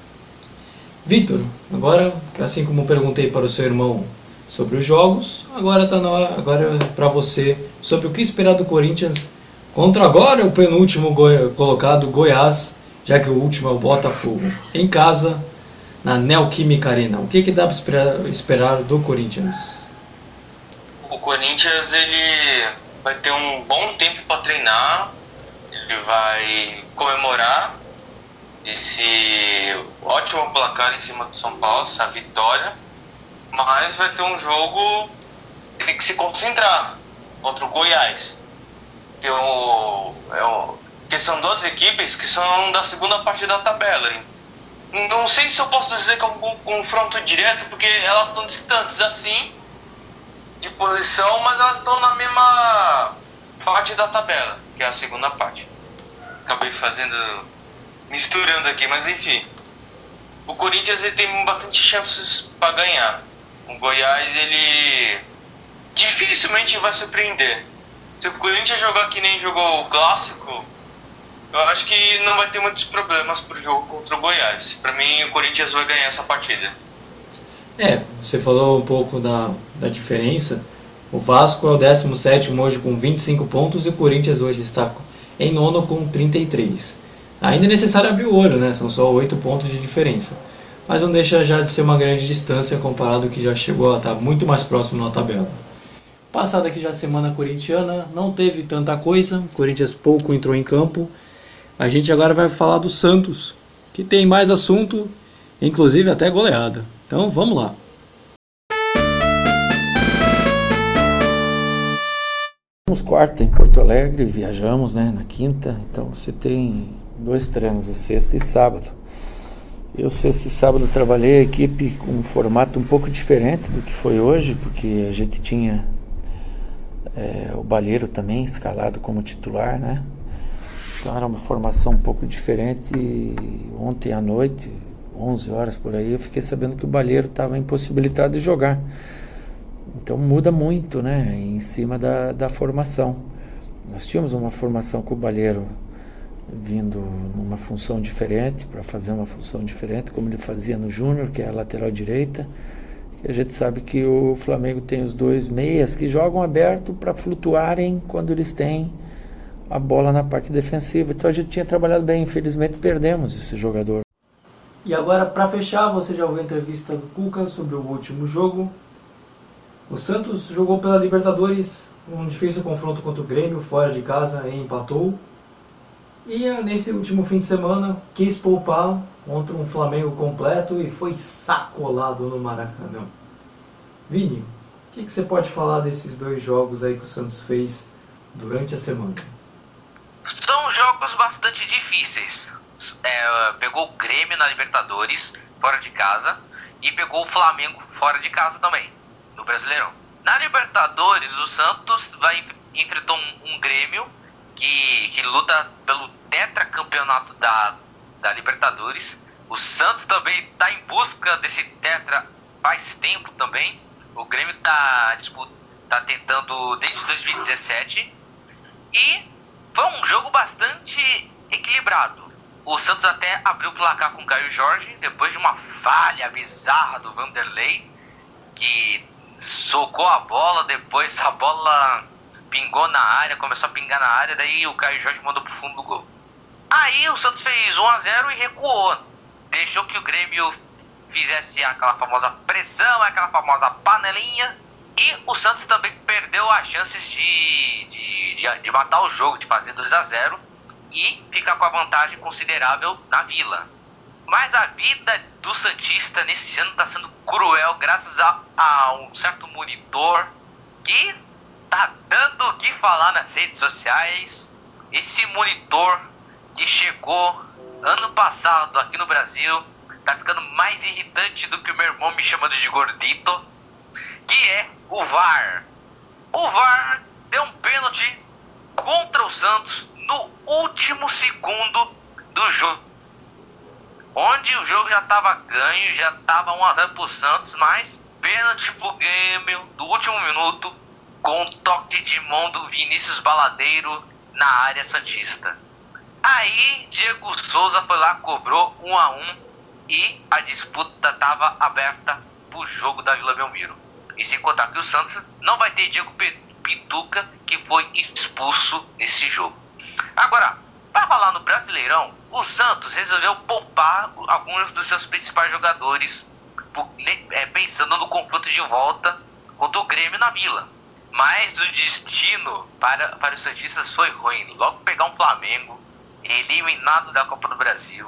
B: Vitor, agora, assim como perguntei para o seu irmão sobre os jogos, agora está na hora, agora para você, sobre o que esperar do Corinthians contra agora o penúltimo goi- colocado, Goiás, já que o último é o Botafogo, em casa, na Neoquímica Arena. O que, que dá para esperar, esperar do Corinthians?
D: O Corinthians ele vai ter um bom tempo para treinar, ele vai comemorar esse ótimo placar em cima do São Paulo, essa vitória, mas vai ter um jogo que tem que se concentrar contra o Goiás. Tem o, é o, que são duas equipes que são da segunda parte da tabela. Não sei se eu posso dizer que é um confronto direto, porque elas estão distantes assim de posição, mas elas estão na mesma parte da tabela, que é a segunda parte. Acabei fazendo, misturando aqui, mas enfim. O Corinthians ele tem bastante chances para ganhar. O Goiás ele dificilmente vai surpreender. Se o Corinthians jogar que nem jogou o clássico, eu acho que não vai ter muitos problemas pro jogo contra o Goiás. Para mim, o Corinthians vai ganhar essa partida.
B: É, você falou um pouco da, da diferença. O Vasco é o décimo sétimo hoje com vinte e cinco pontos e o Corinthians hoje está em nono com trinta e três. Ainda é necessário abrir o olho, né? São só oito pontos de diferença. Mas não deixa já de ser uma grande distância comparado ao que já chegou a estar muito mais próximo na tabela. Passada aqui já a semana corintiana, não teve tanta coisa, o Corinthians pouco entrou em campo. A gente agora vai falar do Santos, que tem mais assunto, inclusive até goleada. Então vamos lá.
I: Temos quarta em Porto Alegre, viajamos, né, na quinta, então você tem dois treinos, o sexta e sábado. Eu, sexta e sábado, trabalhei a equipe com um formato um pouco diferente do que foi hoje, porque a gente tinha é, o Balheiro também escalado como titular, né? Então era uma formação um pouco diferente. E ontem à noite, onze horas por aí, eu fiquei sabendo que o Balheiro estava impossibilitado de jogar. Então muda muito, né, em cima da, da formação. Nós tínhamos uma formação com o Balheiro vindo numa função diferente, para fazer uma função diferente, como ele fazia no Júnior, que é a lateral direita. E a gente sabe que o Flamengo tem os dois meias que jogam aberto para flutuarem quando eles têm a bola na parte defensiva. Então a gente tinha trabalhado bem, infelizmente perdemos esse jogador.
B: E agora, para fechar, você já ouviu a entrevista do Cuca sobre o último jogo. O Santos jogou pela Libertadores, um difícil confronto contra o Grêmio, fora de casa, e empatou. E nesse último fim de semana, quis poupar contra um Flamengo completo e foi sacolado no Maracanã. Vini, o que, que você pode falar desses dois jogos aí que o Santos fez durante a semana?
C: São jogos bastante difíceis. É, pegou o Grêmio na Libertadores, fora de casa, e pegou o Flamengo fora de casa também, no Brasileirão. Na Libertadores, o Santos vai enfrentar um, um Grêmio que, que luta pelo tetracampeonato da, da Libertadores. O Santos também está em busca desse tetra faz tempo também. O Grêmio está tá tentando desde dois mil e dezessete. E foi um jogo bastante equilibrado. O Santos até abriu o placar com o Caio Jorge, depois de uma falha bizarra do Vanderlei, que socou a bola, depois a bola pingou na área, começou a pingar na área, daí o Caio Jorge mandou pro fundo do gol. Aí o Santos fez um a zero e recuou. Deixou que o Grêmio fizesse aquela famosa pressão, aquela famosa panelinha. E o Santos também perdeu as chances de, de, de, de matar o jogo, de fazer dois a zero e ficar com a vantagem considerável na Vila. Mas a vida do Santista nesse ano está sendo cruel, graças a, a um certo monitor que tá dando o que falar nas redes sociais. Esse monitor que chegou ano passado aqui no Brasil tá ficando mais irritante do que o meu irmão me chamando de gordito, que é o V A R. O V A R deu um pênalti contra o Santos no último segundo do jogo, onde o jogo já estava ganho, já estava um a zero pro Santos, mas pênalti pro Grêmio do último minuto, com um toque de mão do Vinícius Baladeiro na área santista. Aí Diego Souza foi lá, cobrou um a um e a disputa estava aberta pro jogo da Vila Belmiro. E sem contar que o Santos não vai ter Diego Pituca, que foi expulso nesse jogo. Agora, para falar no Brasileirão, o Santos resolveu poupar alguns dos seus principais jogadores, pensando no confronto de volta contra o Grêmio na Vila. Mas o destino para, para os santistas foi ruim. Logo pegar um Flamengo eliminado da Copa do Brasil,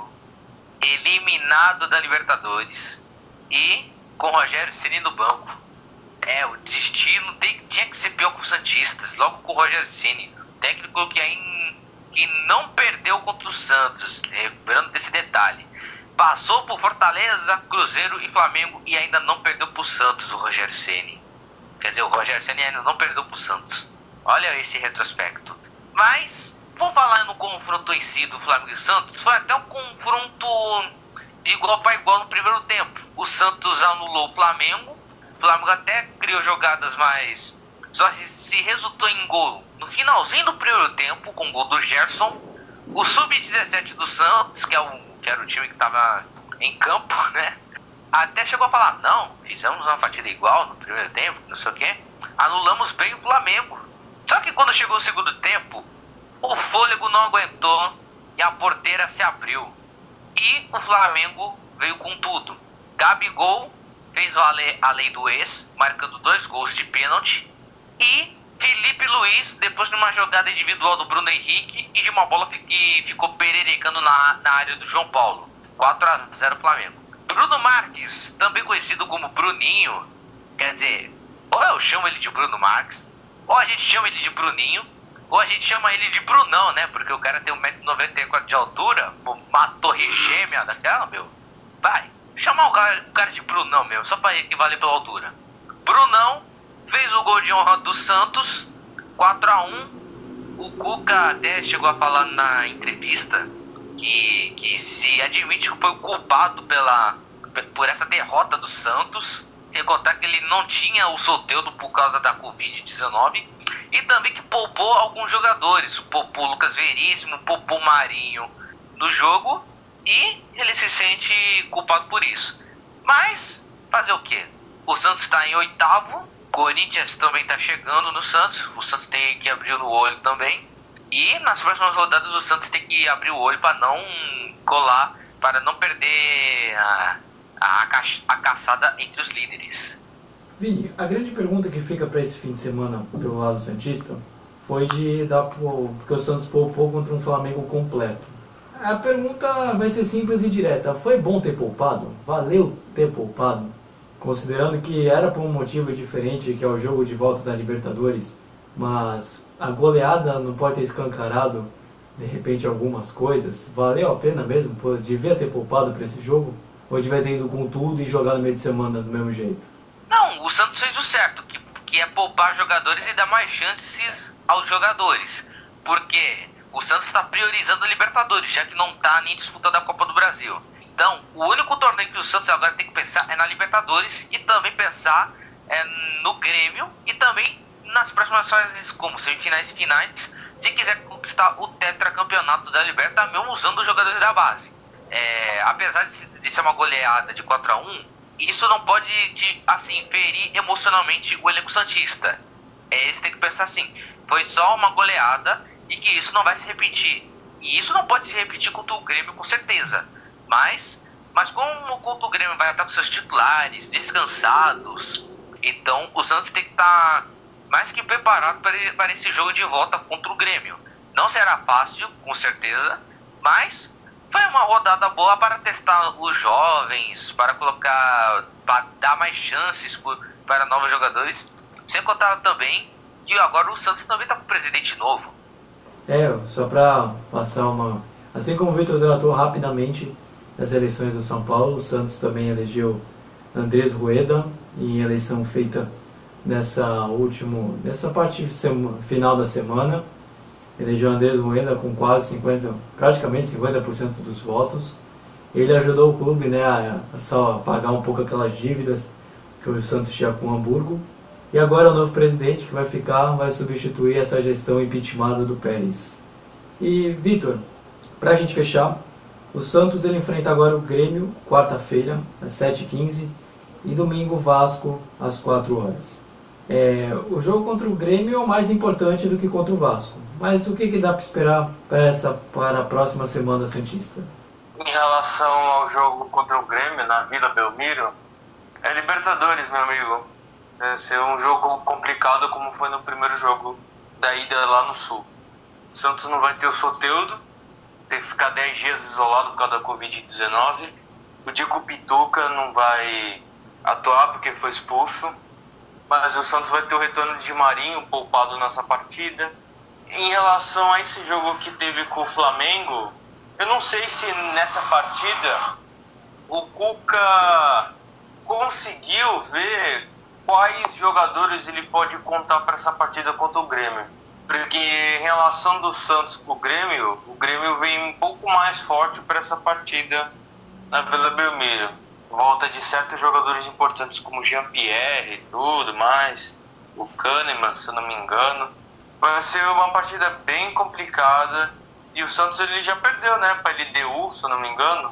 C: eliminado da Libertadores e com Rogério Ceni no banco. É, o destino tem, tinha que ser pior com os santistas, logo com o Rogério Ceni, técnico que ainda que não perdeu contra o Santos, lembrando desse detalhe. Passou por Fortaleza, Cruzeiro e Flamengo e ainda não perdeu pro Santos, o Rogério Ceni. Quer dizer, o Rogério Ceni ainda não perdeu pro Santos. Olha esse retrospecto. Mas, por falar no confronto em si do Flamengo e Santos, foi até um confronto de igual para igual no primeiro tempo. O Santos anulou o Flamengo, o Flamengo até criou jogadas, mas só se resultou em gol no finalzinho do primeiro tempo, com o gol do Gerson. O sub dezessete do Santos, que, é o, que era o time que estava em campo, né, até chegou a falar, não, fizemos uma partida igual no primeiro tempo, não sei o que, anulamos bem o Flamengo. Só que quando chegou o segundo tempo, o fôlego não aguentou e a porteira se abriu. E o Flamengo veio com tudo. Gabigol fez valer a lei do ex, marcando dois gols de pênalti. E Felipe Luiz, depois de uma jogada individual do Bruno Henrique e de uma bola que ficou pererecando na, na área do João Paulo. quatro a zero Flamengo. Bruno Marques, também conhecido como Bruninho, quer dizer, ou eu chamo ele de Bruno Marques, ou a gente chama ele de Bruninho, Ou a gente chama ele de Brunão, né? Porque o cara tem um metro e noventa e quatro de altura, uma torre gêmea daquela, meu. Vai, chamar o cara, o cara de Brunão, meu, só pra equivaler pela altura. Brunão fez o gol de honra do Santos, quatro a um. O Cuca até chegou a falar na entrevista que, que se admite que foi o culpado pela, por essa derrota do Santos, sem contar que ele não tinha o Soteldo por causa da covid dezenove, e também que poupou alguns jogadores, poupou o Lucas Veríssimo, poupou o Marinho no jogo, e ele se sente culpado por isso. Mas, fazer o quê? O Santos está em oitavo, o Corinthians também está chegando no Santos, o Santos tem que abrir o olho também, e nas próximas rodadas o Santos tem que abrir o olho para não colar, para não perder a, a, a caçada entre os líderes.
B: Vini, a grande pergunta que fica para esse fim de semana pelo lado santista foi de dar pro, porque o Santos poupou contra um Flamengo completo. A pergunta vai ser simples e direta. Foi bom ter poupado? Valeu ter poupado? Considerando que era por um motivo diferente, que é o jogo de volta da Libertadores, mas a goleada não pode ter escancarado de repente algumas coisas. Valeu a pena mesmo? Pô, devia ter poupado para esse jogo? Ou devia ter ido com tudo e jogado no meio de semana do mesmo jeito?
C: Não, o Santos fez o certo, que, que é poupar jogadores e dar mais chances aos jogadores. Porque o Santos está priorizando a Libertadores, já que não está nem disputando a Copa do Brasil. Então, o único torneio que o Santos agora tem que pensar é na Libertadores e também pensar é, no Grêmio e também nas próximas fases, como semifinais e finais, se quiser conquistar o tetracampeonato da Libertadores, mesmo usando os jogadores da base. É, apesar de, de ser uma goleada de quatro a um, isso não pode, de, assim, ferir emocionalmente o elenco santista. É, eles têm que pensar assim, foi só uma goleada e que isso não vai se repetir. E isso não pode se repetir contra o Grêmio, com certeza. Mas, mas como contra o Grêmio vai estar com seus titulares descansados, então o Santos tem que estar mais que preparado para, para esse jogo de volta contra o Grêmio. Não será fácil, com certeza, mas foi uma rodada boa para testar os jovens, para colocar, para dar mais chances por, para novos jogadores. Sem contar também que agora o Santos também está com um presidente novo.
B: É, só para passar uma... Assim como o Vitor tratou rapidamente das eleições do São Paulo, o Santos também elegeu Andrés Rueda, em eleição feita nessa última, nessa parte final da semana. Elegeu Andrés Rueda com quase cinquenta, praticamente cinquenta por cento dos votos. Ele ajudou o clube, né, a, a só pagar um pouco aquelas dívidas que o Santos tinha com o Hamburgo. E agora o novo presidente que vai ficar vai substituir essa gestão impeachmentada do Pérez. E, Vitor, para a gente fechar, o Santos ele enfrenta agora o Grêmio, quarta-feira, às sete e quinze, e domingo o Vasco, às quatro horas. É, o jogo contra o Grêmio é o mais importante do que contra o Vasco. Mas o que, que dá para esperar para, essa, para a próxima semana santista?
D: Em relação ao jogo contra o Grêmio, na Vila Belmiro, é Libertadores, meu amigo. Vai ser um jogo complicado como foi no primeiro jogo da ida lá no Sul. O Santos não vai ter o Soteldo, tem que ficar dez dias isolado por causa da covid dezenove. O Dico Pituca não vai atuar porque foi expulso. Mas o Santos vai ter o retorno de Marinho, poupado nessa partida. Em relação a esse jogo que teve com o Flamengo, eu não sei se nessa partida o Cuca conseguiu ver quais jogadores ele pode contar para essa partida contra o Grêmio. Porque em relação do Santos para o Grêmio, o Grêmio vem um pouco mais forte para essa partida na Vila Belmiro. Volta de certos jogadores importantes como Jean-Pierre e tudo mais, o Kahneman, se eu não me engano. Vai ser uma partida bem complicada e o Santos ele já perdeu, né, para a L D U, se eu não me engano,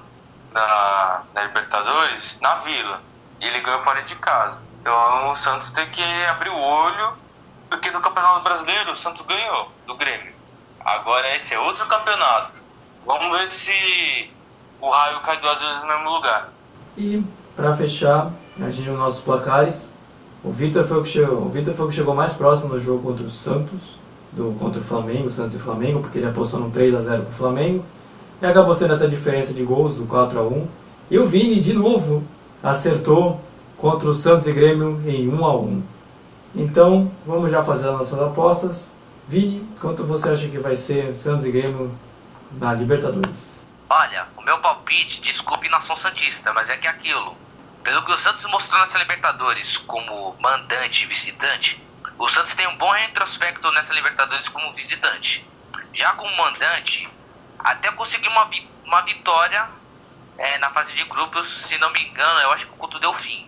D: na, na Libertadores, na Vila. E ele ganhou fora de casa. Então o Santos tem que abrir o olho, porque no Campeonato Brasileiro o Santos ganhou do Grêmio. Agora esse é outro campeonato. Vamos ver se o raio cai duas vezes no mesmo lugar.
B: E para fechar, a gente os nossos placares. O Vitor foi o que chegou, o Vitor foi o que chegou mais próximo no jogo contra o Santos, do contra o Flamengo, Santos e Flamengo, porque ele apostou no três a zero para o Flamengo. E acabou sendo essa diferença de gols do quatro a um. E o Vini de novo acertou contra o Santos e Grêmio em um a um. Então, vamos já fazer as nossas apostas. Vini, quanto você acha que vai ser Santos e Grêmio na Libertadores?
C: Olha, o meu palpite, desculpe nação santista, mas é que é aquilo. Pelo que o Santos mostrou nessa Libertadores como mandante e visitante, o Santos tem um bom retrospecto nessa Libertadores como visitante. Já como mandante, até conseguiu uma, vi- uma vitória é, na fase de grupos, se não me engano, eu acho que contra o Delfim.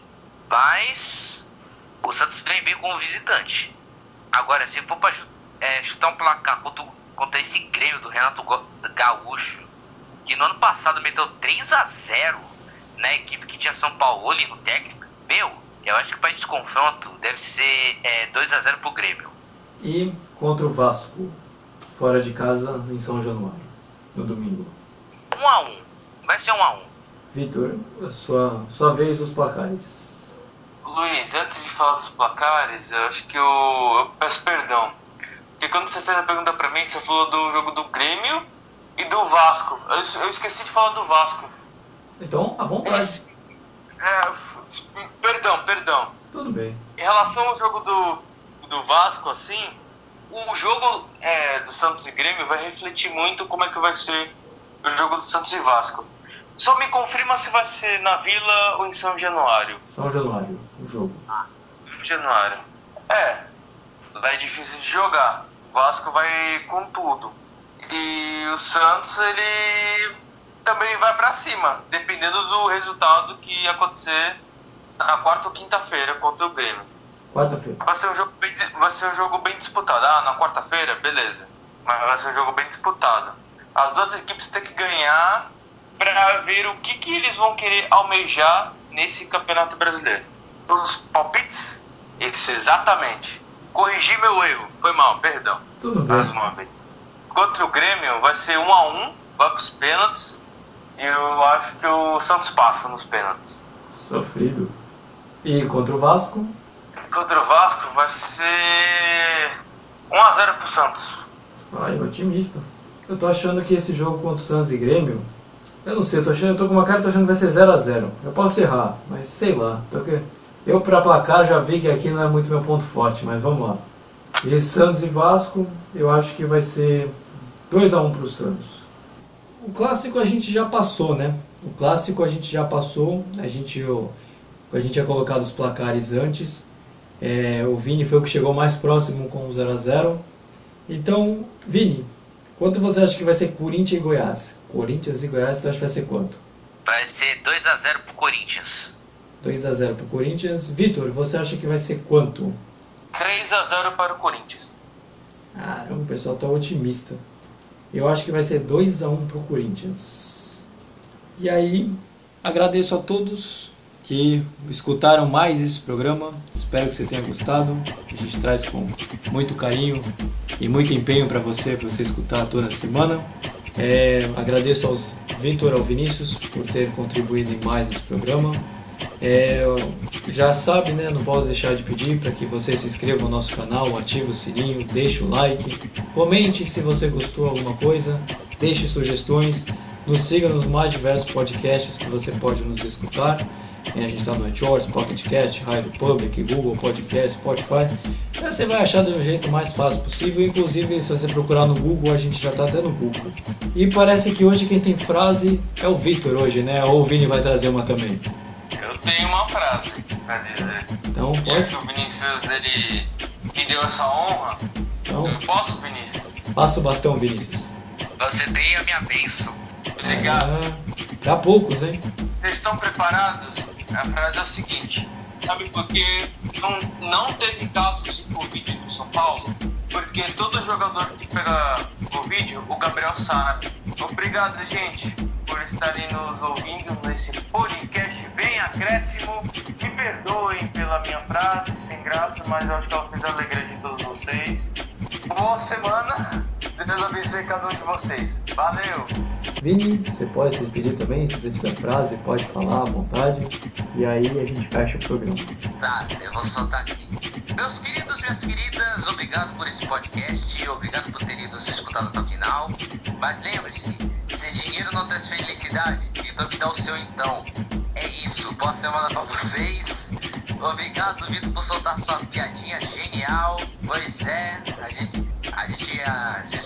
C: Mas o Santos vem bem como visitante. Agora, se for para é, chutar um placar contra, contra esse Grêmio do Renato Gaúcho, que no ano passado meteu três a zero na equipe que tinha São Paulo ali no técnico, meu, eu acho que para esse confronto deve ser é, dois a zero pro Grêmio.
B: E contra o Vasco, fora de casa, em São Januário, no domingo.
C: um a um, vai ser um a um.
B: Vitor, a sua, sua vez dos placares.
D: Luiz, antes de falar dos placares, eu acho que eu, eu peço perdão. Porque quando você fez a pergunta pra mim, você falou do jogo do Grêmio e do Vasco. Eu, eu esqueci de falar do Vasco.
B: Então, à vontade.
D: É, perdão, perdão.
B: Tudo bem.
D: Em relação ao jogo do, do Vasco, assim, o jogo é, do Santos e Grêmio vai refletir muito como é que vai ser o jogo do Santos e Vasco. Só me confirma se vai ser na Vila ou em São Januário.
B: São Januário, o jogo.
D: São Januário. É, lá é difícil de jogar. O Vasco vai com tudo. E o Santos, ele também vai pra cima, dependendo do resultado que acontecer na quarta ou quinta-feira contra o Grêmio.
B: Quarta-feira.
D: Vai ser um jogo bem, vai ser um jogo bem disputado. Ah, na quarta-feira, beleza. Mas vai ser um jogo bem disputado. As duas equipes têm que ganhar para ver o que, que eles vão querer almejar nesse Campeonato Brasileiro. Os palpites? Isso, exatamente. Corrigi meu erro. Foi mal, perdão.
B: Tudo bem.
D: Mais uma vez. Contra o Grêmio vai ser um a um, vai para os pênaltis. E eu acho que o Santos passa nos pênaltis.
B: Sofrido. E contra o Vasco?
D: Contra o Vasco vai ser um a zero pro Santos.
B: Ai, otimista. Eu tô achando que esse jogo contra o Santos e Grêmio, eu não sei, eu tô, achando, eu tô com uma cara, tô achando que vai ser zero a zero. Eu posso errar, mas sei lá. Tô que... Eu pra placar já vi que aqui não é muito meu ponto forte, mas vamos lá. E Santos e Vasco, eu acho que vai ser dois a um pro Santos. O clássico a gente já passou, né? O clássico a gente já passou, a gente, eu, a gente tinha colocado os placares antes. É, o Vini foi o que chegou mais próximo com o zero a zero. Então, Vini, quanto você acha que vai ser Corinthians e Goiás? Corinthians e Goiás, você acha que vai ser quanto?
C: Vai ser dois a zero pro Corinthians.
B: dois a zero pro Corinthians. Vitor, você acha que vai ser quanto?
D: três a zero para o Corinthians.
B: Caramba, o pessoal tá otimista. Eu acho que vai ser dois a um pro Corinthians. E aí, agradeço a todos que escutaram mais esse programa. Espero que você tenha gostado. A gente traz com muito carinho e muito empenho para você, para você escutar toda semana. É, agradeço aos Vitor e ao Vinícius por ter contribuído em mais esse programa. É, já sabe, né? Não posso deixar de pedir para que você se inscreva no nosso canal, ative o sininho, deixe o like, comente se você gostou alguma coisa, deixe sugestões, nos siga nos mais diversos podcasts que você pode nos escutar. A gente está no iTunes, Pocket Cast, Rádio Public, Google Podcast, Spotify. Você vai achar do jeito mais fácil possível. Inclusive, se você procurar no Google, a gente já está até no Google. E parece que hoje quem tem frase é o Vitor hoje, né? Ou o Vini vai trazer uma também.
D: Eu tenho uma frase pra dizer.
B: Então,
D: Já
B: pode.
D: que o Vinícius, ele me deu essa honra,
B: Então,
D: eu posso, Vinícius?
B: passa o bastão, Vinícius.
C: Você tem a minha bênção.
D: Obrigado.
B: Ah, pra poucos, hein?
D: Vocês estão preparados? A frase é o seguinte: sabe por que não, não teve casos de Covid no São Paulo? Porque todo jogador que pega Covid, o Gabriel sabe. Obrigado, gente, por estarem nos ouvindo nesse podcast Vem Acréscimo. Me perdoem pela minha frase sem graça, mas eu acho que ela fez a alegria de todos vocês. Boa semana. Deus abençoe cada um de vocês. Valeu!
B: Vini, você pode se despedir também, se você tiver frase, pode falar à vontade. E aí a gente fecha o programa.
C: Tá, eu vou soltar aqui. Meus queridos, minhas queridas, obrigado por esse podcast, obrigado por terem nos escutado até o final. Mas lembre-se, se dinheiro não traz felicidade, então me dá o seu então. É isso, boa semana pra vocês. Obrigado, Vitor, por soltar sua piadinha genial. Pois é, a gente, a gente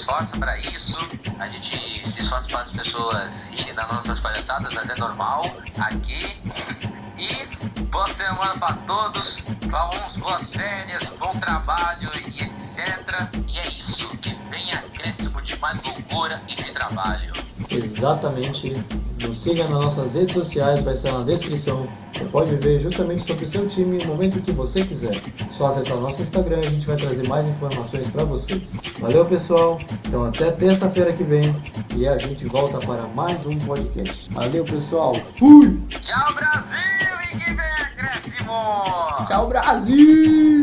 C: esforça para isso, a gente se esforça para as pessoas rirem das nossas palhaçadas, mas é normal aqui. E boa semana para todos, uns boas férias, bom trabalho e etcétera. E é isso, que venha acréscimo de mais loucura e de trabalho.
B: Exatamente. Nos siga nas nossas redes sociais, vai estar na descrição. Você pode ver justamente sobre o seu time no momento que você quiser. Só acessar o nosso Instagram e a gente vai trazer mais informações para vocês. Valeu, pessoal. Então até terça-feira que vem e a gente volta para mais um podcast. Valeu, pessoal. Fui!
C: Tchau, Brasil, e que venha acréscimo!
B: Tchau, Brasil!